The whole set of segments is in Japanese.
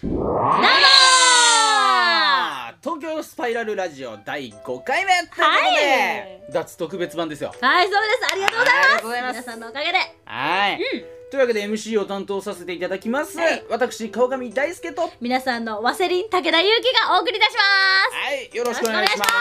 東京スパイラルラジオ第5回目ということで、脱特別版ですよ。 はい、そうです。ありがとうございます。皆さんのおかげで。 はい、というわけで MC を担当させていただきます、私川上大輔と皆さんのワセリン武田祐希がお送りいたします。 はい、よろしくお願いします。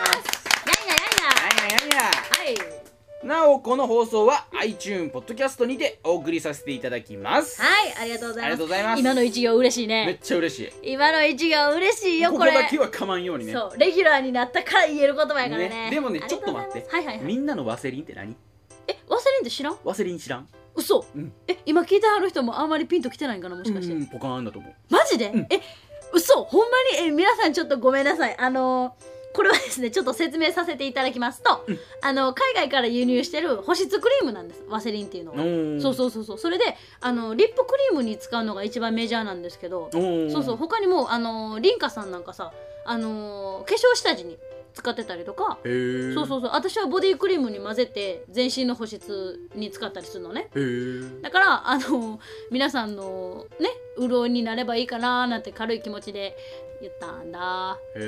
はいなおこの放送は iTunes ポッドキャストにてお送りさせていただきます。 はい、ありがとうございます。今の一行嬉しいね。 めっちゃ嬉しい。 今の一行嬉しいよ。これここだけはかまんようにね。 そう、レギュラーになったから言える言葉やからね。 でもね、ちょっと待って、みんなのワセリンって何？ ワセリンって知らん？ ワセリン知らん？ 嘘。今聞いてはる人もあんまりピンときてないんかな、もしかして。 ポカーンだと思う。 マジで？嘘。ほんまに皆さんちょっとごめんなさい。これはですね、ちょっと説明させていただきますと、海外から輸入してる保湿クリームなんです、ワセリンっていうのは。そう。それでリップクリームに使うのが一番メジャーなんですけど、他にもリンカさんなんかさ、化粧下地に使ってたりとか、私はボディクリームに混ぜて全身の保湿に使ったりするのね。だから皆さんのね潤いになればいいかなーなんて軽い気持ちで言ったんだ。じ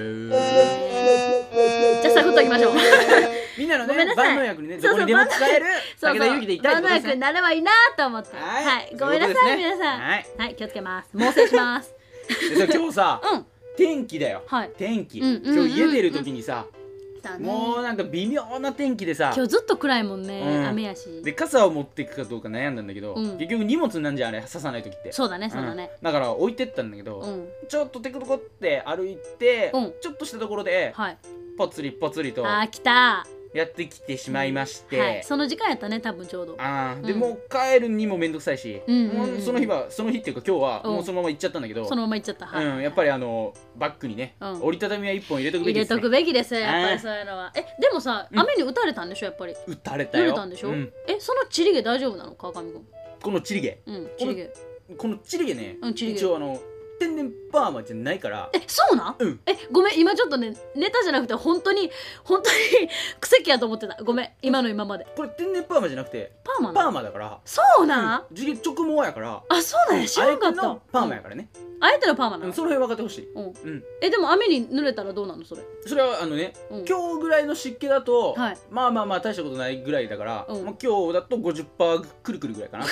ゃあサクッといきましょう。 みんなのね万能薬にね、どこにでも使える武田祐希でいたいってことですね。万能薬になればいいなと思って。はい、ごめんなさい皆さん。はい、気をつけます。猛省します。 今日さ、天気だよ。天気。今日家出る時にさ、もうなんか微妙な天気でさ、 今日ずっと暗いもんね。雨やしで傘を持っていくかどうか悩んだんだけど、結局荷物なんじゃん、あれ刺さない時って。 そうだね。 だから置いてったんだけど、ちょっとテクテクって歩いてちょっとしたところでポツリポツリと来たやってきてしまいまして、 その時間やったね、多分ちょうど。 でもう帰るにもめんどくさいし、その日っていうか今日はもうそのまま行っちゃったんだけど、 そのまま行っちゃった。 やっぱりバッグにね折りたたみは1本入れとくべきですね。 入れとくべきですよ、やっぱりそういうのは。でもさ、雨に打たれたんでしょ、やっぱり。 打たれたよ。 濡れたんでしょ。そのチリゲ大丈夫なの、川上君。 このチリゲ、このチリゲね、一応天然パーマじゃないから。 そうなん？ごめん、今ちょっとね、ネタじゃなくて本当に奇跡やと思ってた。ごめん、今まで。 これ天然パーマじゃなくてパーマだから。 そうなん？ 地毛直毛やから。 あ、そうなんや、知らんかった。 あえてのパーマやからね。 あえてのパーマなの？ その辺分かってほしい。 でも雨に濡れたらどうなのそれ？ それは今日ぐらいの湿気だとまあ大したことないぐらいだから、今日だと 50% くるくるぐらいかな。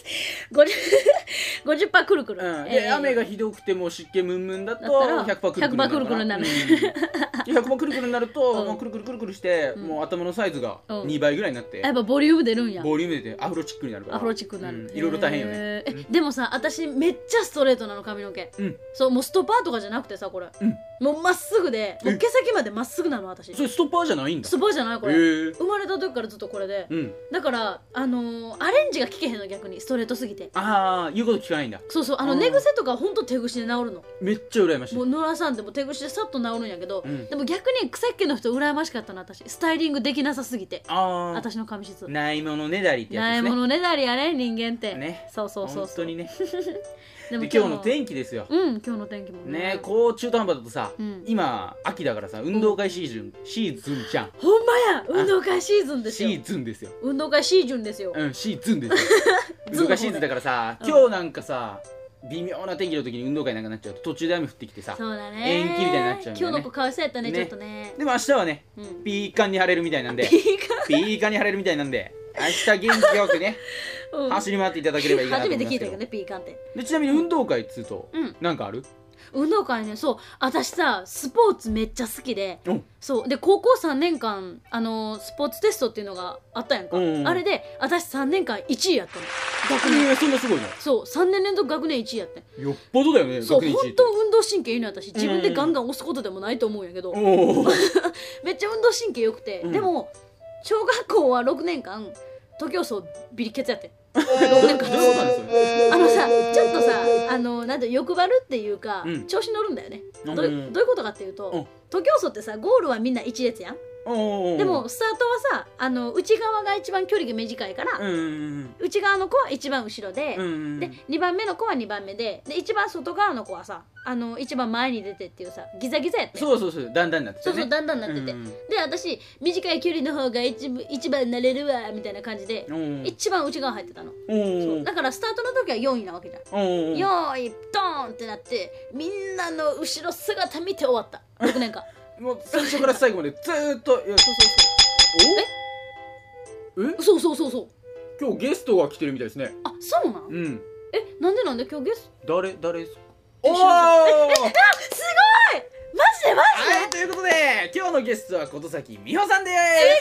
50% くるくる。 で雨がひどくても湿気ムンムンだと 100% くるくるになる。100% くるくるになるとくるくるくるくるしてもう頭のサイズが2倍ぐらいになって、 やっぱボリューム出るんや。 ボリューム出てアフロチックになるから。 アフロチックになる。 いろいろ大変よね。 でもさ、私めっちゃストレートなの、髪の毛。そう、もうストッパーとかじゃなくてさ、これもうまっすぐで、もう毛先までまっすぐなの、私。 それストッパーじゃないんだ。 ストッパーじゃない、これ。生まれた時からずっとこれで。だからアレンジが効けへんの、逆にストレートすぎて。 言うこと聞かないんだ。 そうそう、寝癖とかほんと手ぐしで治るの。 めっちゃ羨ましい。 もう野良さんでも手ぐしでさっと治るんやけど、でも逆に草っ気の人羨ましかったな、私。スタイリングできなさすぎて、私の髪質。 ないものねだりってやつですね。 ないものねだりやね、人間ってね。 そう本当にね。 でも今日の天気ですよ。 今日の天気もね、こう中途半端だとさ、今秋だからさ、運動会シーズンじゃん。 ほんまや、運動会シーズンですよ。 シーズンですよ。 運動会シーズンですよ。 シーズンですよ。運動会シーズンだからさ、今日なんかさ、微妙な天気の時に運動会なんかなっちゃうと途中で雨降ってきてさ、延期みたいになっちゃうんだよね。 今日の子かわいそうやったね、ちょっとね。 でも明日はね、ピーカンに晴れるみたいなんで、明日元気よくね走り回っていただければいいかなと思いますけど。 初めて聞いたけどね、ピーカンって。 でちなみに運動会っつうとなんかある？ 運動会ね、そう、私さスポーツめっちゃ好きで、そうで高校3年間スポーツテストっていうのがあったやんか。あれで私3年間1位やったの、学年。 そんなすごいの？ そう、3年連続学年1位やって。 よっぽどだよね。 そう、本当運動神経いいの私。自分でガンガン押すことでもないと思うんやけど、めっちゃ運動神経良くて。でも小学校は6年間徒競走ビリケツやって。6年間さ、ちょっとさ、なんて欲張るっていうか、調子乗るんだよね。どういうことかっていうと、徒競走ってさ、ゴールはみんな一列やん。 でもスタートはさ内側が一番距離が短いから、内側の子は一番後ろで、で2番目の子は2番目で一番外側の子はさ一番前に出てっていうさギザギザやって。 そうだんだんなってて、 そうだんだんなってて、で私短い距離の方が一番なれるわみたいな感じで一番内側入ってたの。そうだからスタートの時は4位なわけじゃん。よーいドーンってなってみんなの後ろ姿見て終わった6年間。 もう最初から最後までずーっと。 そう今日ゲストが来てるみたいですね。 あ、そうなん。なんで今日ゲスト誰ですか。 すごいマジでということで今日のゲストは琴崎美穂さんです。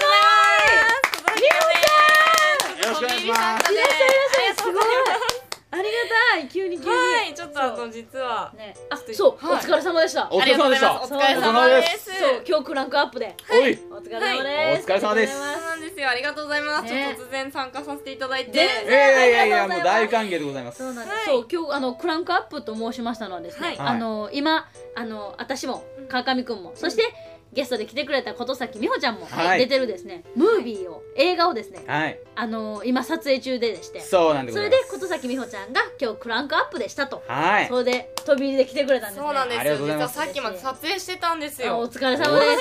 すごい。 よろしくお願いします。 いらっしゃい。すごいありがたい。急にはい、ちょっと実はね、そう、お疲れ様でした。 お疲れ様でした。 お疲れ様です。 そう、今日クランクアップで。 おい、 お疲れ様です。 お疲れ様です。 そうなんですよ。ありがとうございます。ちょっと突然参加させていただいて。 いやもう大歓迎でございます。 そうなんです。そう、今日クランクアップと申しましたのはですね、今私も川上くんも、そしてゲストで来てくれた琴崎美穂ちゃんも出てるですね、ムービーを、映画をですね、今撮影中でして、 そうなんでございます。 それで琴崎美穂ちゃんが今日クランクアップでしたと、それで飛び入りで来てくれたんですね。 そうなんですよ。実はさっきまで撮影してたんですよ。 お疲れ様です。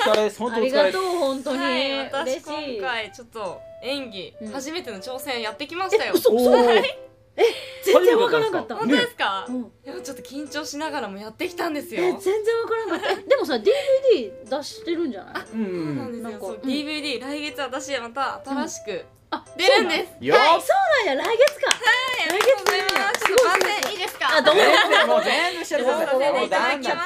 ありがとう、本当に。 私今回ちょっと演技初めての挑戦やってきましたよ。 全然わからなかった。 本当ですか？いやちょっと緊張しながらもやってきたんですよ。 全然わからなかった。でもさ DVD 出してるんじゃない？ そうなんですよ。そう DVD 来月私また新しく出るんです。 そうなんや、来月か。 来月出ます。ちょっと番宣いいですか？ どうぞ。もう全部してる。 させていただきます。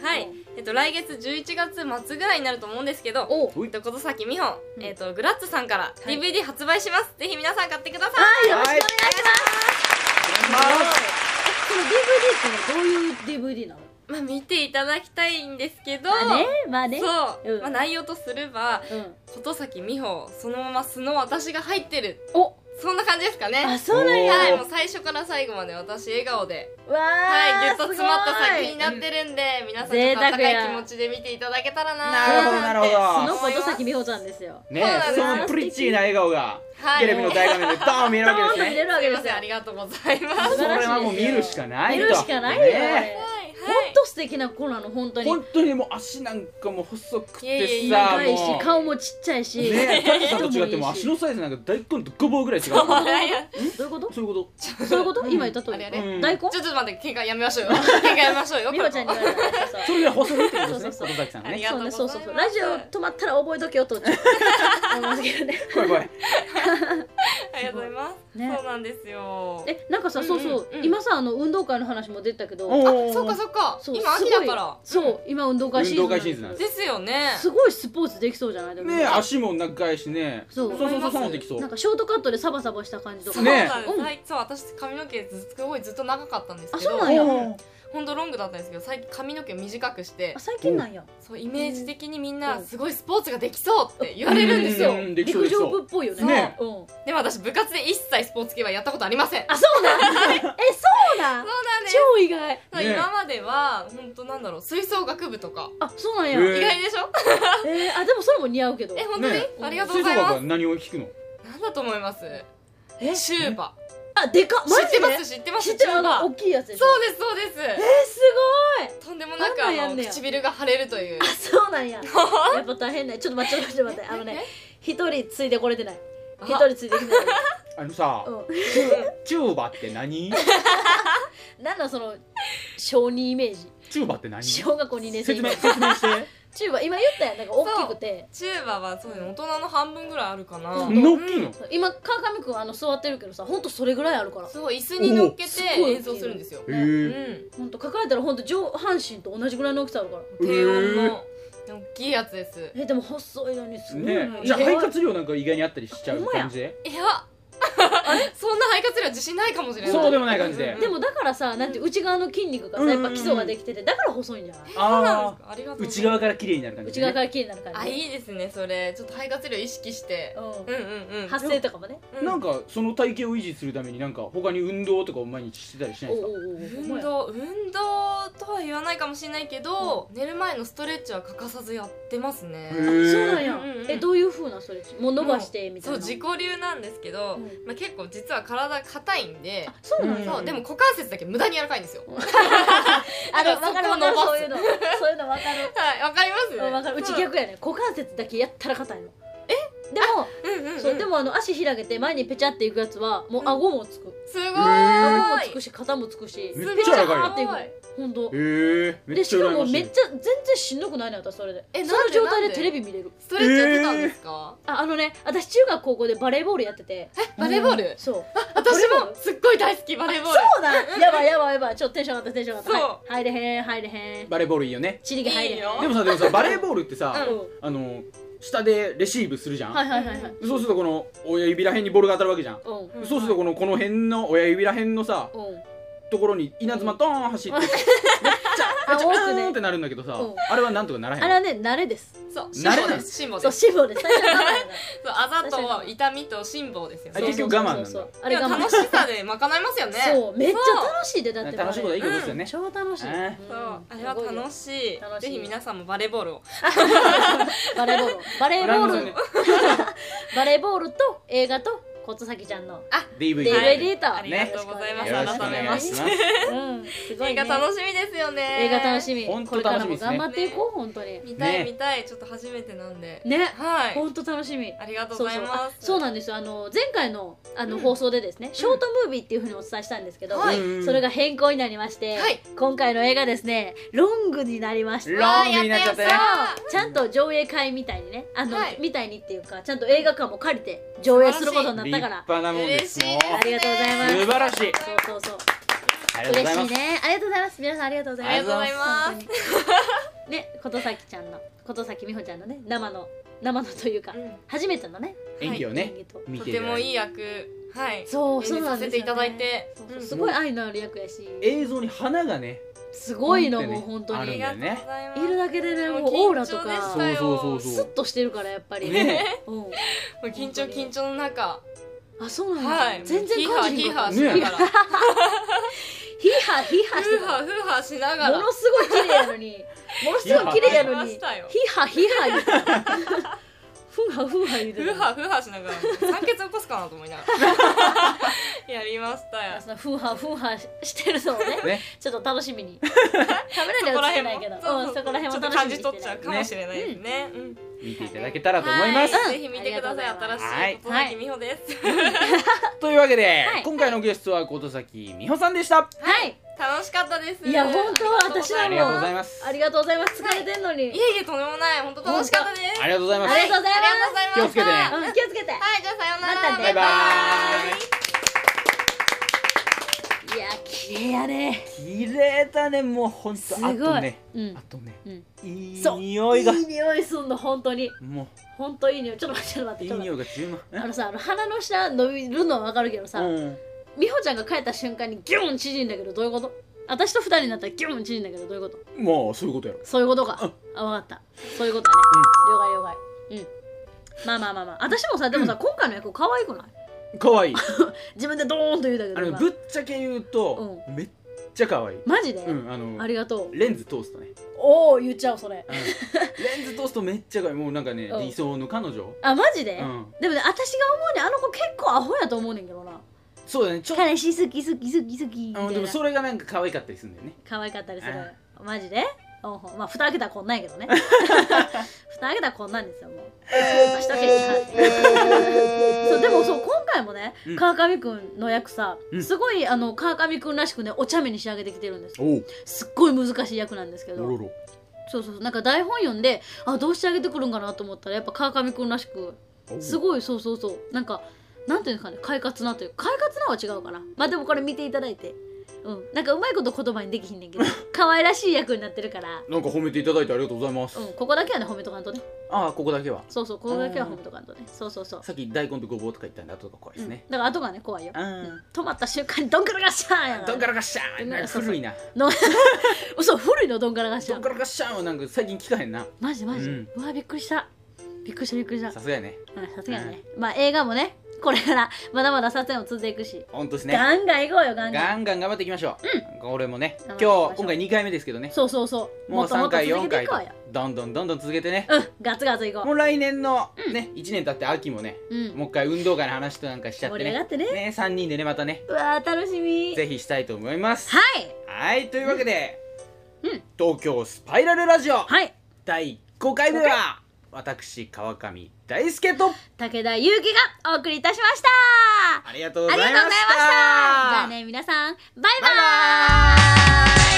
はい。来月11月末ぐらいになると思うんですけど、琴崎美穂グラッツさんから DVD 発売します。ぜひ皆さん買ってください。 よろしくお願いします。この DVD ってどういう DVD なの？ まあ見ていただきたいんですけど、 まあね、 そう、内容とすれば琴崎美穂そのまま素の私が入ってる。そんな感じですかね。 あ、そうなんや。 はい、もう最初から最後まで私笑顔で、 わー、ギュッと詰まった作品になってるんで、皆さんちょっと温かい気持ちで見ていただけたらなー。 なるほど。 その琴崎美穂ちゃんですよ。 ね、そのプリッチーな笑顔がテレビの大画面でドーン見えるわけですね。 見れるわけですよ。 ありがとうございます。 それはもう見るしかないと。 見るしかないよ。ほんと素敵な子なの、本当に。 本当にもう足なんかも細くてさ、 長いし顔もちっちゃいし、 ね、タカさんと違っても足のサイズなんか大根と5棒ぐらい違う。どういうこと？ そういうこと？ そういうこと？今言った通り。大根？ ちょっと待って、喧嘩やめましょうよ。喧嘩やめましょうよ。 美穂ちゃんに言われた。 それで細いってことですね。琴崎さんね。 そうそうそう。ラジオ止まったら覚えとけよと思いますけどね。 怖い怖い。 ありがとうございます。そうなんですよ。 なんかさ、そうそう今さ運動会の話も出たけど、 そっかそっか。今秋だから。 そう今運動会シーズンなんですよね。 すごいスポーツできそうじゃない？ ね、足も長いしね。そうできそう。 なんかショートカットでサバサバした感じとかね。そう私髪の毛すごいずっと長かったんですけど。 そうなんや。 ほんとロングだったんですけど、最近髪の毛短くして、 最近なんや。 そうイメージ的にみんなすごいスポーツができそうって言われるんですよ。 陸上部っぽいよね。 でも私部活で一切スポーツ系はやったことありません。 あ、そうなん？そうなん？ そうなんです。 超意外。 今までは本当なんだろう、吹奏楽部とか。 あ、そうなんや。 意外でしょ？ あ、でもそれも似合うけど。 本当に？ありがとうございます。 吹奏楽は何を弾くの？ なんだと思います？チューバ。 あ、でかっ。 知ってます知ってます。 知ってる、大きいやつでしょ。 そうですそうです。 すごい。 とんでもなく唇が腫れるという。 あ、そうなんや。やっぱ大変ね。ちょっと待って。一人ついてこれてない。一人ついてきてない。 さ、チューバって何？ なんだその小児イメージ。 チューバって何？ 小学校2年生。 説明して。 チューバ今言ったやん、なんか大きくて。 チューバはそうね、大人の半分ぐらいあるかな。 そんな大きいの？ 今川上くん座ってるけどさ、ほんとそれぐらいあるから。 そう、椅子に乗っけて演奏するんですよ。 ほんと抱えたらほんと上半身と同じぐらいの大きさあるから。 低音の大きいやつです。 でも細いのにすごいね。 じゃあ肺活量なんか意外にあったりしちゃう感じで？ いやそんな肺活量自信ないかもしれない。 そうでもない感じで。 でもだからさ、なんて内側の筋肉がさやっぱ基礎ができてて、だから細いんじゃない？ ああ、内側から綺麗になる感じ。 内側から綺麗になる感じ。 あ、いいですねそれ。ちょっと肺活量意識して発声とかもね。 なんかその体型を維持するためになんか他に運動とかを毎日してたりしないですか？ 運動とはは言わないかもしれないけど、寝る前のストレッチは欠かさずやってますね。 そうなんや。どういう風なストレッチ？もう伸ばしてみたいな。 そう、自己流なんですけど、結構実は体硬いんで。 そうなんや。 でも股関節だけ無駄に柔らかいんですよ。 わかるわかる、そういうのわかる。 はい、わかります。 わかる。うち逆やね。股関節だけやったら硬いの。でも、そう、でも足開けて前にペチャっていくやつはもう顎もつく。 すごい。 顎もつくし肩もつくし、 めっちゃ柔らかい。 ほんと。 でしかもめっちゃ全然しんどくないね、私それで。その状態でテレビ見れる。 ストレッチやってたんですか？ 私中学高校でバレーボールやってて。 バレーボール？ そう。 私もすっごい大好き、バレーボール。 そうだ。やばい。ちょっとテンション上がった。そう。入れへん。 バレーボールいいよね。 チリが入れへん。 でもさバレーボールってさ、下でレシーブするじゃん。そうするとこの親指らへんにボールが当たるわけじゃん。そうするとこの辺の親指らへんのさところに稲妻ドーン走ってめっちゃ多くねってなるんだけどさ、あれはなんとかならへん。 あれはね、慣れです。 そう、辛抱です。辛抱です。 そう、辛抱です。 あざと痛みと辛抱ですよね。 結局我慢なんだ。 あれ楽しさで賄いますよね。 そう、めっちゃ楽しいで、だって楽しいことはいいことですよね。 超楽しい。そう、 あれは楽しい。ぜひ皆さんもバレーボールを。 バレーボールと映画と琴崎ちゃんの DVD と。 ありがとうございます。改めまして。映画楽しみですよね。 映画楽しみ。 これからも頑張っていこう、本当に。 見たい。ちょっと初めてなんで。 ね。はい。本当楽しみ。 ありがとうございます。 そうなんですよ。前回の放送でですね、ショートムービーっていう風にお伝えしたんですけど、それが変更になりまして、今回の映画ですね、ロングになりました。 ロングになっちゃってね。 ちゃんと上映会みたいにね、みたいにっていうか、ちゃんと映画館も借りて上映することになったから。 立派なもんです。 ありがとうございます。 素晴らしい。 そう。嬉しいね。ありがとうございます。皆さんありがとうございます。 ありがとうございます。 ね、琴崎美穂ちゃんのね、生のというか、初めてのね、 演技をね、 とてもいい役、 そうさせていただいて、 すごい愛のある役やし、 映像に花がね、 すごいのもう本当にいるだけでね、もうオーラとか、 そうスッとしてるからやっぱりね、 緊張の中。 あ、そうなんだ。全然ヒーハーしながら。 ヒーハーしながら。 ものすごい綺麗やのに。ヒーハー言うて。ふんは言うて。 ふんはしながら。酸欠起こすかなと思いながら。やりましたよ。 そのふんはしてるのをね、ちょっと楽しみに。カメラには映ってないけど、そこら辺も楽しみにして感じ取っちゃうかもしれないですね。 見ていただけたらと思います。 ぜひ見てください。新しい琴崎美穂です。 というわけで、今回のゲストは琴崎美穂さんでした。 はい。 楽しかったです。 いや、本当は私はもうありがとうございます。 ありがとうございます。疲れてんのに。 いえ、とんでもない。本当楽しかったです。 ありがとうございます。 ありがとうございます。 気をつけてね。 気をつけて。 はい、じゃあさようなら。 またね。 バイバイ。いや、綺麗やね。 綺麗だね、もう本当。あとね、いい匂いが。 いい匂いすんの、本当に。 もう。 本当いい匂い。ちょっと待って。 いい匂いが充満。 さ、鼻の下伸びるのはわかるけどさ、美穂ちゃんが帰った瞬間にギュン縮んだけど、どういうこと？私と二人になったらギュン縮んだけど、どういうこと？ まあそういうことやろ。 そういうことか。あ、わかった。そういうことやね。了解。まあ。私もさ、でもさ、今回の役可愛くない？ 可愛い。 自分でドーンと言うだけど。 ぶっちゃけ言うと、めっちゃ可愛い。 マジで？ありがとう。 レンズ通すとね。 おお、言っちゃおうそれ。 レンズ通すとめっちゃ可愛い。もうなんかね、理想の彼女。 あ、マジで？でもね、私が思うね、あの子結構アホやと思うねんけどな。 そうだね、 彼氏好きでもそれがなんか可愛かったりするんだよね。 可愛かったりする。マジで？まあ蓋開けたらこんなんやけどね。蓋開けたらこんなんですよ、もう。そう、でもそう、今回もね、川上くんの役さ、すごい川上くんらしくね、お茶目に仕上げてきてるんです。すっごい難しい役なんですけど。そうなんか台本読んで、どうしてあげてくるんかなと思ったら、やっぱ川上くんらしく、すごいそうなんか。なんていうんですかね、快活なという快活なは違うかな。まあでもこれ見ていただいて、なんかうまいこと言葉にできひんねんけど、可愛らしい役になってるから。 なんか褒めていただいてありがとうございます。 ここだけはね、褒めとかんとね。 ここだけは。 そう、ここだけは褒めとかんとね。そう。 さっき大根とごぼうとか言ったんで、後が怖いですね。 だから後がね、怖いよ。止まった瞬間にドンカラガッシャーンやな。 ドンカラガッシャーン。古いな。 嘘、古いのドンカラガッシャーン。 ドンカラガッシャーンはなんか最近聞かへんな。 マジ。うわ、びっくりした。 さすがやね。 さすがやね。まあ映画もね、 これからまだまだ撮影も続いていくし、 ほんとですね、 ガンガンいこうよ。ガンガン頑張っていきましょう。俺もね今回2回目ですけどね、 そうもう3回4回とどんどん続けてね、 ガツガツいこう。 もう来年のね1年経って秋もね、もう一回運動会の話となんかしちゃってね、3人でねまたね、 うわ楽しみ、 ぜひしたいと思います。 はい、 というわけで東京スパイラルラジオ第5回目は私川上大輔と武田祐希がお送りいたしました。 ありがとうございました。 じゃあね皆さんバイバーイ。